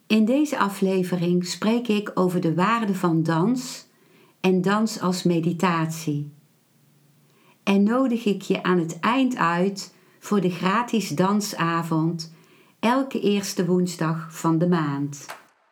In deze aflevering spreek ik over de waarde van dans en dans als meditatie. En nodig ik je aan het eind uit voor de gratis dansavond elke eerste woensdag van de maand.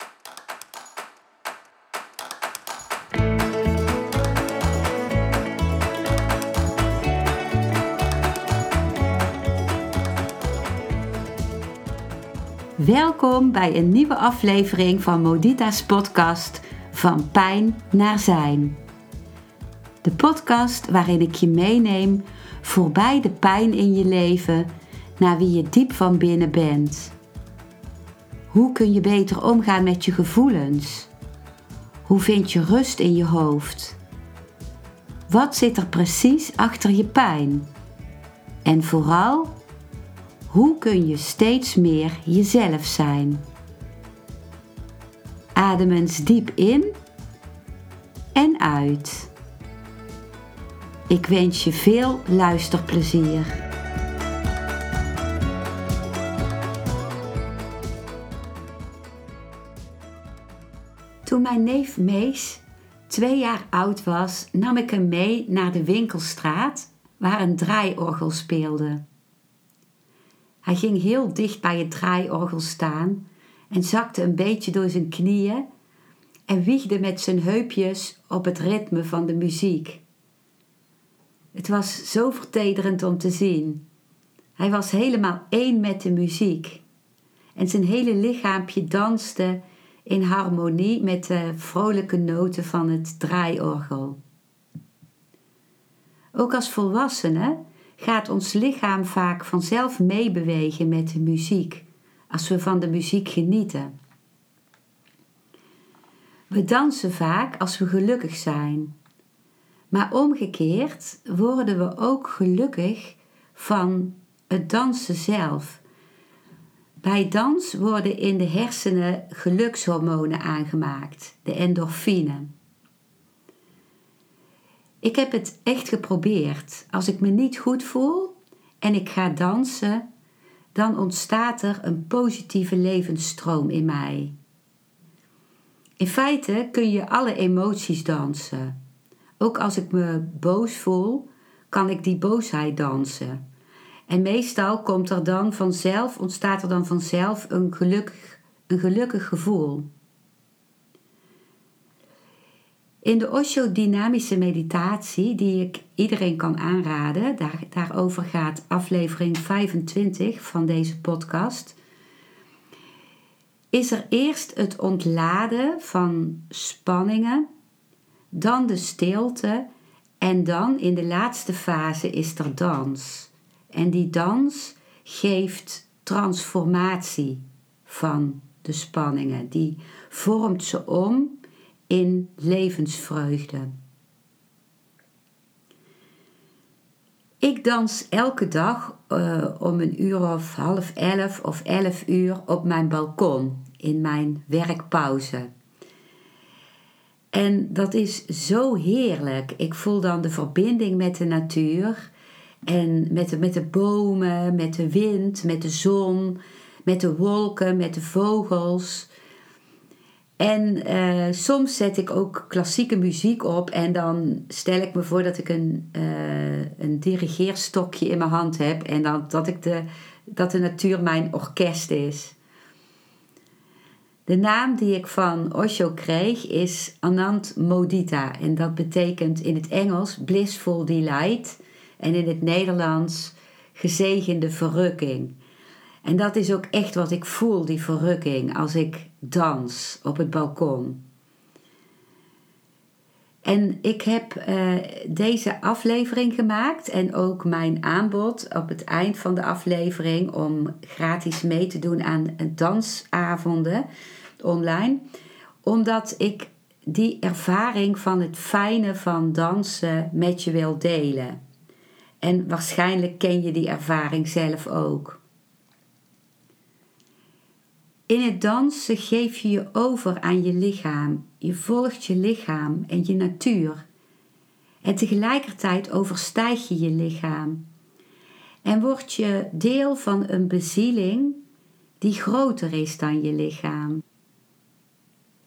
Welkom bij een nieuwe aflevering van Modita's podcast Van Pijn naar Zijn. De podcast waarin ik je meeneem voorbij de pijn in je leven naar wie je diep van binnen bent. Hoe kun je beter omgaan met je gevoelens? Hoe vind je rust in je hoofd? Wat zit er precies achter je pijn? En vooral, hoe kun je steeds meer jezelf zijn? Adem eens diep in en uit. Ik wens je veel luisterplezier. Toen mijn neef Mees 2 jaar oud was, nam ik hem mee naar de winkelstraat waar een draaiorgel speelde. Hij ging heel dicht bij het draaiorgel staan en zakte een beetje door zijn knieën en wiegde met zijn heupjes op het ritme van de muziek. Het was zo vertederend om te zien. Hij was helemaal één met de muziek en zijn hele lichaampje danste in harmonie met de vrolijke noten van het draaiorgel. Ook als volwassenen gaat ons lichaam vaak vanzelf meebewegen met de muziek, als we van de muziek genieten. We dansen vaak als we gelukkig zijn, maar omgekeerd worden we ook gelukkig van het dansen zelf. Bij dans worden in de hersenen gelukshormonen aangemaakt, de endorfine. Ik heb het echt geprobeerd. Als ik me niet goed voel en ik ga dansen, dan ontstaat er een positieve levensstroom in mij. In feite kun je alle emoties dansen. Ook als ik me boos voel, kan ik die boosheid dansen. En meestal ontstaat er dan vanzelf een gelukkig gevoel. In de Osho-dynamische meditatie, die ik iedereen kan aanraden, daarover gaat aflevering 25 van deze podcast, is er eerst het ontladen van spanningen, dan de stilte en dan in de laatste fase is er dans. En die dans geeft transformatie van de spanningen, die vormt ze om in levensvreugde. Ik dans elke dag om 10:30 of 11 op mijn balkon in mijn werkpauze. En dat is zo heerlijk. Ik voel dan de verbinding met de natuur en met de bomen, met de wind, met de zon, met de wolken, met de vogels. En soms zet ik ook klassieke muziek op en dan stel ik me voor dat ik een dirigeerstokje in mijn hand heb en dat de natuur mijn orkest is. De naam die ik van Osho kreeg is Anand Modita en dat betekent in het Engels blissful delight en in het Nederlands gezegende verrukking. En dat is ook echt wat ik voel, die verrukking, als ik dans op het balkon. En ik heb deze aflevering gemaakt en ook mijn aanbod op het eind van de aflevering om gratis mee te doen aan dansavonden online. Omdat ik die ervaring van het fijne van dansen met je wil delen. En waarschijnlijk ken je die ervaring zelf ook. In het dansen geef je je over aan je lichaam. Je volgt je lichaam en je natuur. En tegelijkertijd overstijg je je lichaam. En word je deel van een bezieling die groter is dan je lichaam.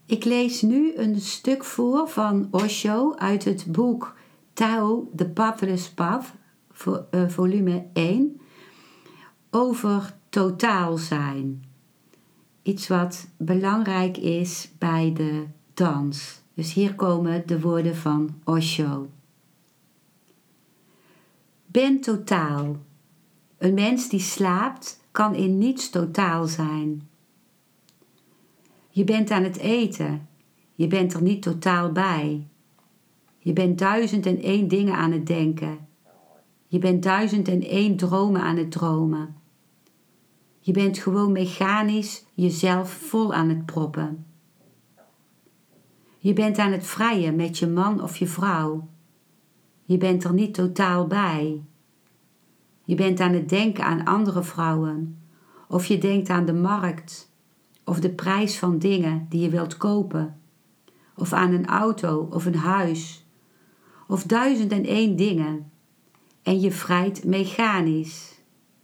Ik lees nu een stuk voor van Osho uit het boek Tao, The Pathless Path, volume 1, over totaal zijn. Iets wat belangrijk is bij de dans. Dus hier komen de woorden van Osho. Ben totaal. Een mens die slaapt kan in niets totaal zijn. Je bent aan het eten. Je bent er niet totaal bij. Je bent 1001 dingen aan het denken. Je bent 1001 dromen aan het dromen. Je bent gewoon mechanisch jezelf vol aan het proppen. Je bent aan het vrijen met je man of je vrouw. Je bent er niet totaal bij. Je bent aan het denken aan andere vrouwen. Of je denkt aan de markt. Of de prijs van dingen die je wilt kopen. Of aan een auto of een huis. Of 1001 dingen. En je vrijt mechanisch.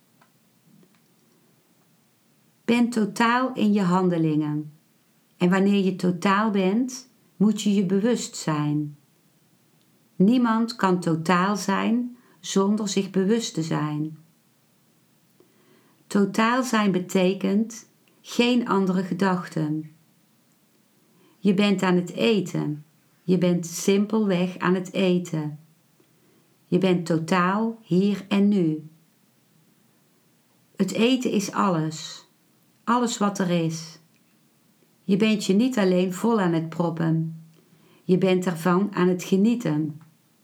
Ben totaal in je handelingen. En wanneer je totaal bent, moet je je bewust zijn. Niemand kan totaal zijn zonder zich bewust te zijn. Totaal zijn betekent geen andere gedachten. Je bent aan het eten. Je bent simpelweg aan het eten. Je bent totaal hier en nu. Het eten is alles. Alles wat er is. Je bent je niet alleen vol aan het proppen. Je bent ervan aan het genieten.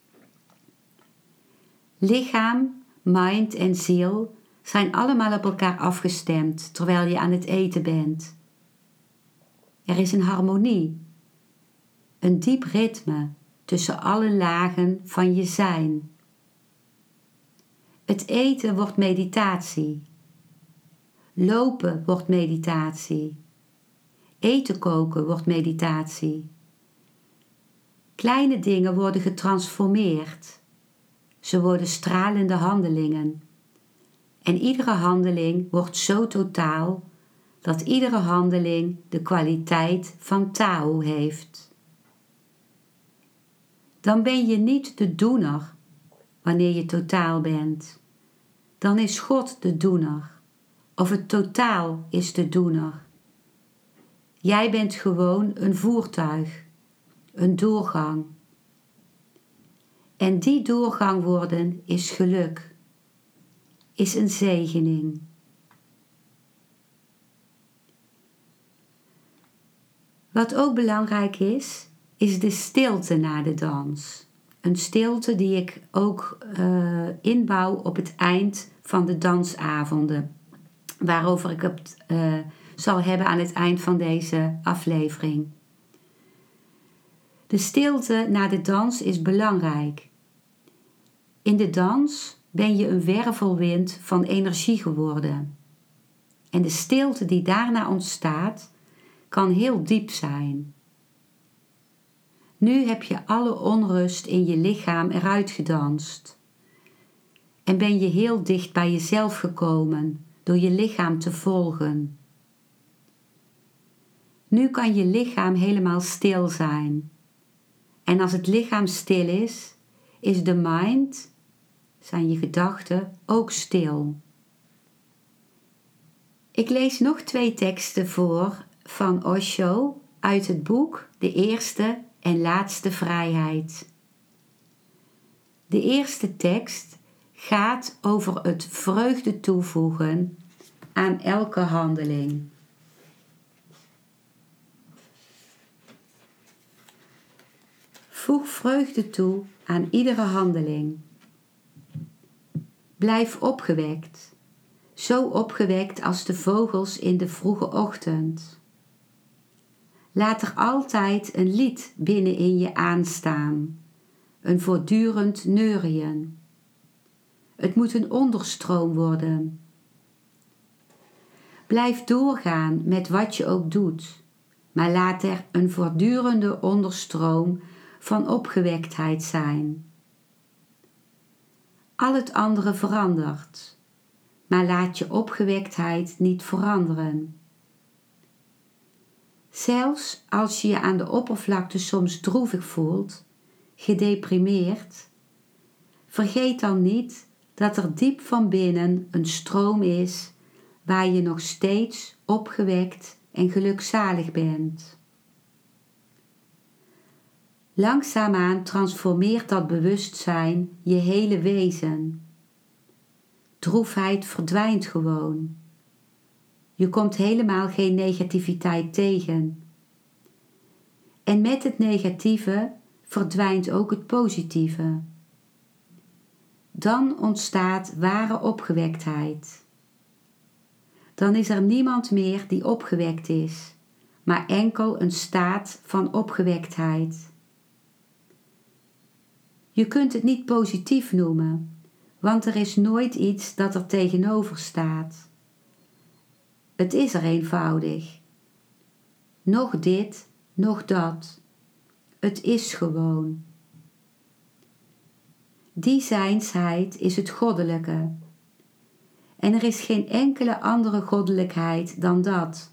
Lichaam, mind en ziel zijn allemaal op elkaar afgestemd terwijl je aan het eten bent. Er is een harmonie, een diep ritme tussen alle lagen van je zijn. Het eten wordt meditatie. Lopen wordt meditatie. Eten koken wordt meditatie. Kleine dingen worden getransformeerd. Ze worden stralende handelingen. En iedere handeling wordt zo totaal dat iedere handeling de kwaliteit van Tao heeft. Dan ben je niet de doener wanneer je totaal bent. Dan is God de doener. Of het totaal is de doener. Jij bent gewoon een voertuig, een doorgang. En die doorgang worden is geluk, is een zegening. Wat ook belangrijk is, is de stilte na de dans. Een stilte die ik ook inbouw op het eind van de dansavonden. Waarover ik het zal hebben aan het eind van deze aflevering. De stilte na de dans is belangrijk. In de dans ben je een wervelwind van energie geworden. En de stilte die daarna ontstaat, kan heel diep zijn. Nu heb je alle onrust in je lichaam eruit gedanst. En ben je heel dicht bij jezelf gekomen door je lichaam te volgen. Nu kan je lichaam helemaal stil zijn. En als het lichaam stil is de mind, zijn je gedachten, ook stil. Ik lees nog 2 teksten voor van Osho uit het boek De Eerste en Laatste Vrijheid. De eerste tekst gaat over het vreugde toevoegen aan elke handeling. Voeg vreugde toe aan iedere handeling. Blijf opgewekt, zo opgewekt als de vogels in de vroege ochtend. Laat er altijd een lied binnen in je aanstaan, een voortdurend neurien. Het moet een onderstroom worden. Blijf doorgaan met wat je ook doet, maar laat er een voortdurende onderstroom van opgewektheid zijn. Al het andere verandert, maar laat je opgewektheid niet veranderen. Zelfs als je je aan de oppervlakte soms droevig voelt, gedeprimeerd, vergeet dan niet dat er diep van binnen een stroom is waar je nog steeds opgewekt en gelukzalig bent. Langzaamaan transformeert dat bewustzijn je hele wezen. Droefheid verdwijnt gewoon. Je komt helemaal geen negativiteit tegen. En met het negatieve verdwijnt ook het positieve. Dan ontstaat ware opgewektheid. Dan is er niemand meer die opgewekt is, maar enkel een staat van opgewektheid. Je kunt het niet positief noemen, want er is nooit iets dat er tegenover staat. Het is er eenvoudig. Nog dit, nog dat. Het is gewoon. Die zijnsheid is het goddelijke. En er is geen enkele andere goddelijkheid dan dat.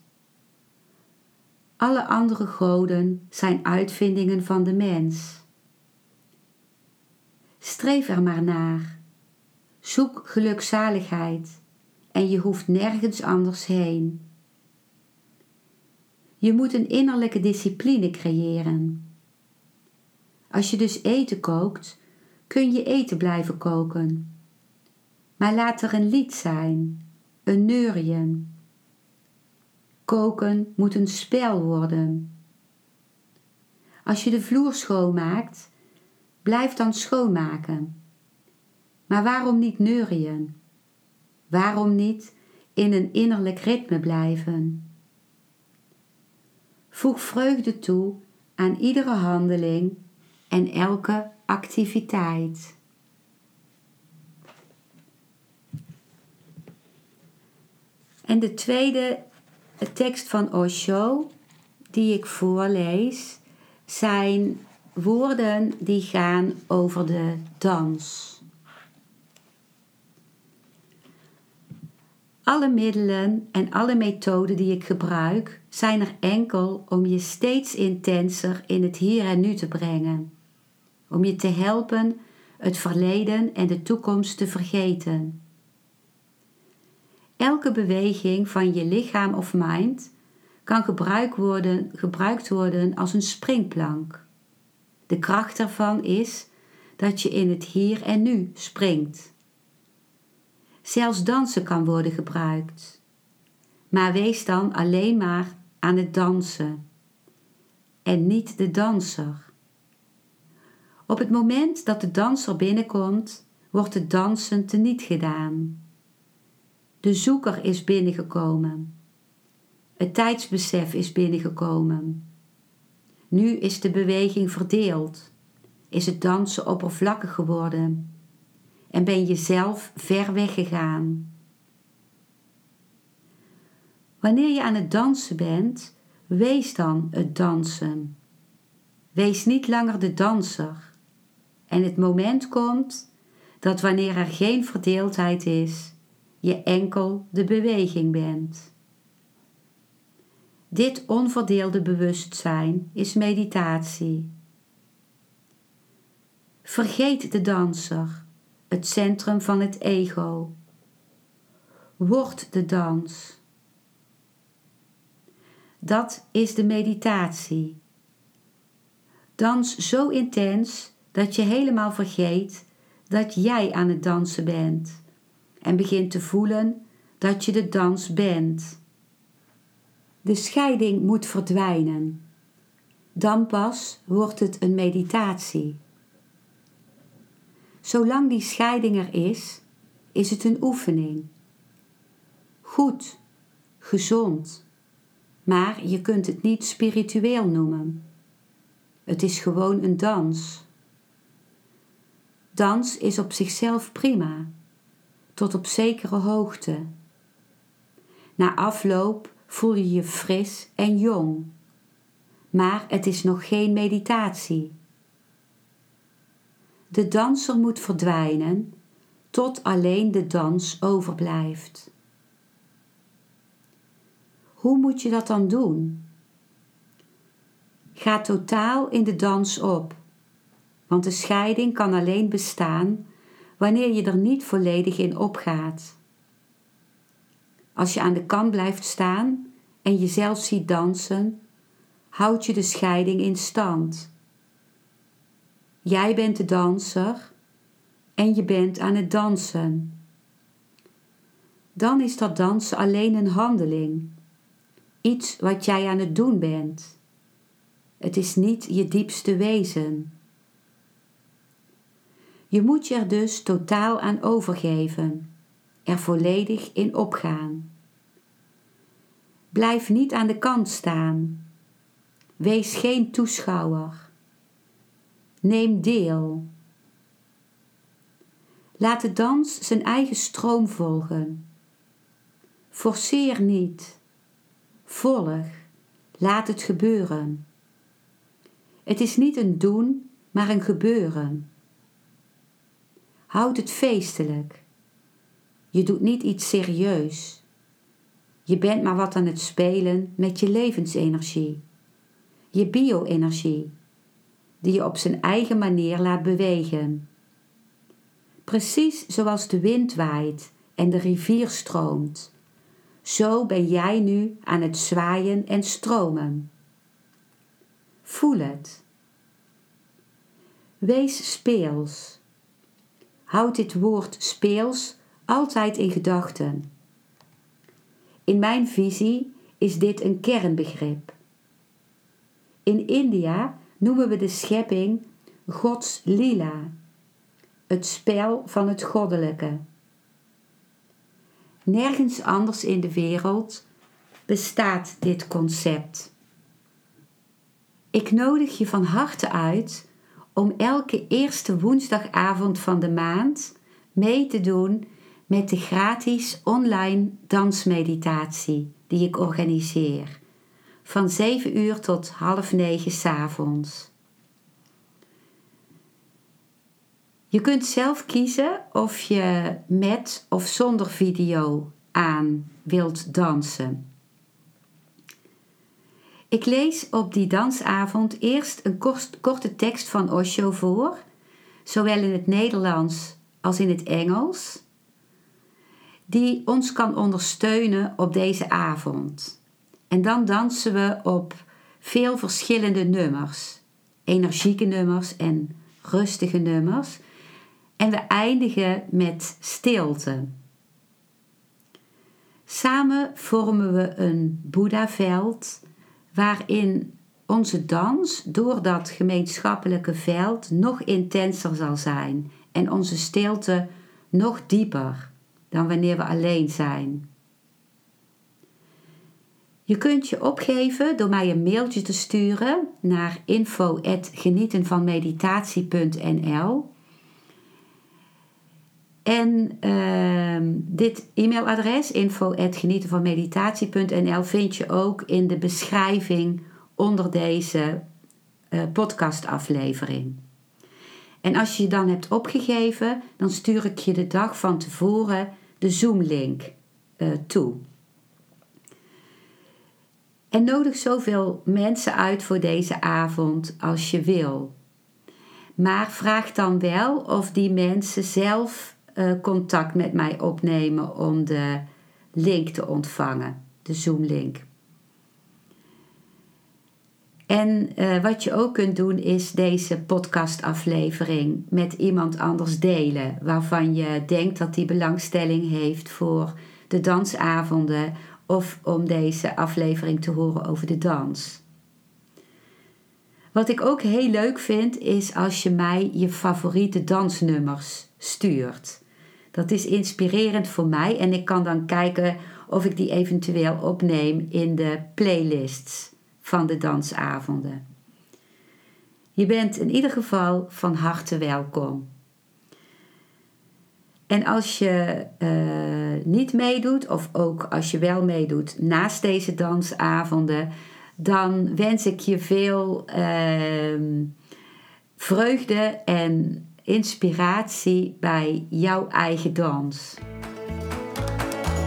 Alle andere goden zijn uitvindingen van de mens. Streef er maar naar. Zoek gelukzaligheid en je hoeft nergens anders heen. Je moet een innerlijke discipline creëren. Als je dus eten kookt, kun je eten blijven koken. Maar laat er een lied zijn, een neurien. Koken moet een spel worden. Als je de vloer schoonmaakt, blijf dan schoonmaken. Maar waarom niet neurien? Waarom niet in een innerlijk ritme blijven? Voeg vreugde toe aan iedere handeling en elke activiteit. En de tweede tekst van Osho die ik voorlees zijn woorden die gaan over de dans. Alle middelen en alle methoden die ik gebruik zijn er enkel om je steeds intenser in het hier en nu te brengen. Om je te helpen het verleden en de toekomst te vergeten. Elke beweging van je lichaam of mind kan gebruikt worden als een springplank. De kracht ervan is dat je in het hier en nu springt. Zelfs dansen kan worden gebruikt. Maar wees dan alleen maar aan het dansen. En niet de danser. Op het moment dat de danser binnenkomt, wordt het dansen teniet gedaan. De zoeker is binnengekomen. Het tijdsbesef is binnengekomen. Nu is de beweging verdeeld. Is het dansen oppervlakkig geworden. En ben je zelf ver weggegaan. Wanneer je aan het dansen bent, wees dan het dansen. Wees niet langer de danser. En het moment komt dat wanneer er geen verdeeldheid is, je enkel de beweging bent. Dit onverdeelde bewustzijn is meditatie. Vergeet de danser, het centrum van het ego. Word de dans. Dat is de meditatie. Dans zo intens dat je helemaal vergeet dat jij aan het dansen bent en begint te voelen dat je de dans bent. De scheiding moet verdwijnen. Dan pas wordt het een meditatie. Zolang die scheiding er is het een oefening. Goed, gezond, maar je kunt het niet spiritueel noemen. Het is gewoon een dans. Dans is op zichzelf prima, tot op zekere hoogte. Na afloop voel je je fris en jong, maar het is nog geen meditatie. De danser moet verdwijnen tot alleen de dans overblijft. Hoe moet je dat dan doen? Ga totaal in de dans op. Want de scheiding kan alleen bestaan wanneer je er niet volledig in opgaat. Als je aan de kant blijft staan en jezelf ziet dansen, houd je de scheiding in stand. Jij bent de danser en je bent aan het dansen. Dan is dat dansen alleen een handeling, iets wat jij aan het doen bent. Het is niet je diepste wezen. Je moet je er dus totaal aan overgeven, er volledig in opgaan. Blijf niet aan de kant staan. Wees geen toeschouwer. Neem deel. Laat de dans zijn eigen stroom volgen. Forceer niet. Volg. Laat het gebeuren. Het is niet een doen, maar een gebeuren. Houd het feestelijk. Je doet niet iets serieus. Je bent maar wat aan het spelen met je levensenergie. Je bio-energie, die je op zijn eigen manier laat bewegen. Precies zoals de wind waait en de rivier stroomt. Zo ben jij nu aan het zwaaien en stromen. Voel het. Wees speels. Houd dit woord speels altijd in gedachten. In mijn visie is dit een kernbegrip. In India noemen we de schepping Gods lila, het spel van het goddelijke. Nergens anders in de wereld bestaat dit concept. Ik nodig je van harte uit om elke eerste woensdagavond van de maand mee te doen met de gratis online dansmeditatie die ik organiseer. Van 7 uur tot 8:30 s'avonds. Je kunt zelf kiezen of je met of zonder video aan wilt dansen. Ik lees op die dansavond eerst een korte tekst van Osho voor, zowel in het Nederlands als in het Engels, die ons kan ondersteunen op deze avond. En dan dansen we op veel verschillende nummers, energieke nummers en rustige nummers. En we eindigen met stilte. Samen vormen we een Boeddha-veld waarin onze dans door dat gemeenschappelijke veld nog intenser zal zijn en onze stilte nog dieper dan wanneer we alleen zijn. Je kunt je opgeven door mij een mailtje te sturen naar info@genietenvanmeditatie.nl. En dit e-mailadres, info@genietenvanmeditatie.nl, vind je ook in de beschrijving onder deze podcastaflevering. En als je je dan hebt opgegeven, dan stuur ik je de dag van tevoren de Zoom-link toe. En nodig zoveel mensen uit voor deze avond als je wil. Maar vraag dan wel of die mensen zelf contact met mij opnemen om de link te ontvangen, de Zoom-link. En wat je ook kunt doen is deze podcastaflevering met iemand anders delen, waarvan je denkt dat die belangstelling heeft voor de dansavonden of om deze aflevering te horen over de dans. Wat ik ook heel leuk vind is als je mij je favoriete dansnummers stuurt. Dat is inspirerend voor mij en ik kan dan kijken of ik die eventueel opneem in de playlists van de dansavonden. Je bent in ieder geval van harte welkom. En als je niet meedoet, of ook als je wel meedoet naast deze dansavonden, dan wens ik je veel vreugde en inspiratie bij jouw eigen dans.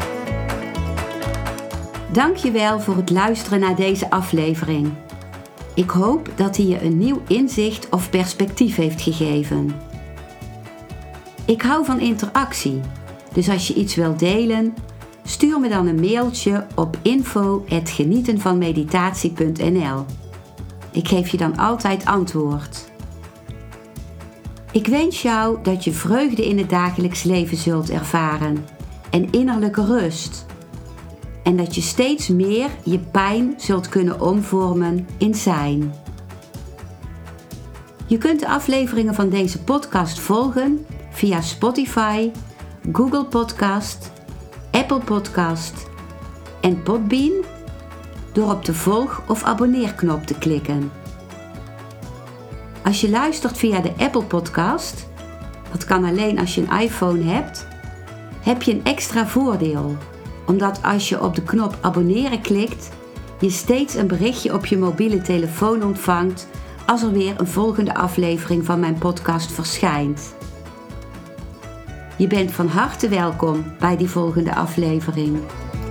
Dank je wel voor het luisteren naar deze aflevering. Ik hoop dat hij je een nieuw inzicht of perspectief heeft gegeven. Ik hou van interactie, dus als je iets wilt delen, stuur me dan een mailtje op info@genietenvanmeditatie.nl. Ik geef je dan altijd antwoord. Ik wens jou dat je vreugde in het dagelijks leven zult ervaren en innerlijke rust. En dat je steeds meer je pijn zult kunnen omvormen in zijn. Je kunt de afleveringen van deze podcast volgen via Spotify, Google Podcast, Apple Podcast en Podbean door op de volg- of abonneerknop te klikken. Als je luistert via de Apple Podcast, dat kan alleen als je een iPhone hebt, heb je een extra voordeel. Omdat als je op de knop abonneren klikt, je steeds een berichtje op je mobiele telefoon ontvangt als er weer een volgende aflevering van mijn podcast verschijnt. Je bent van harte welkom bij die volgende aflevering.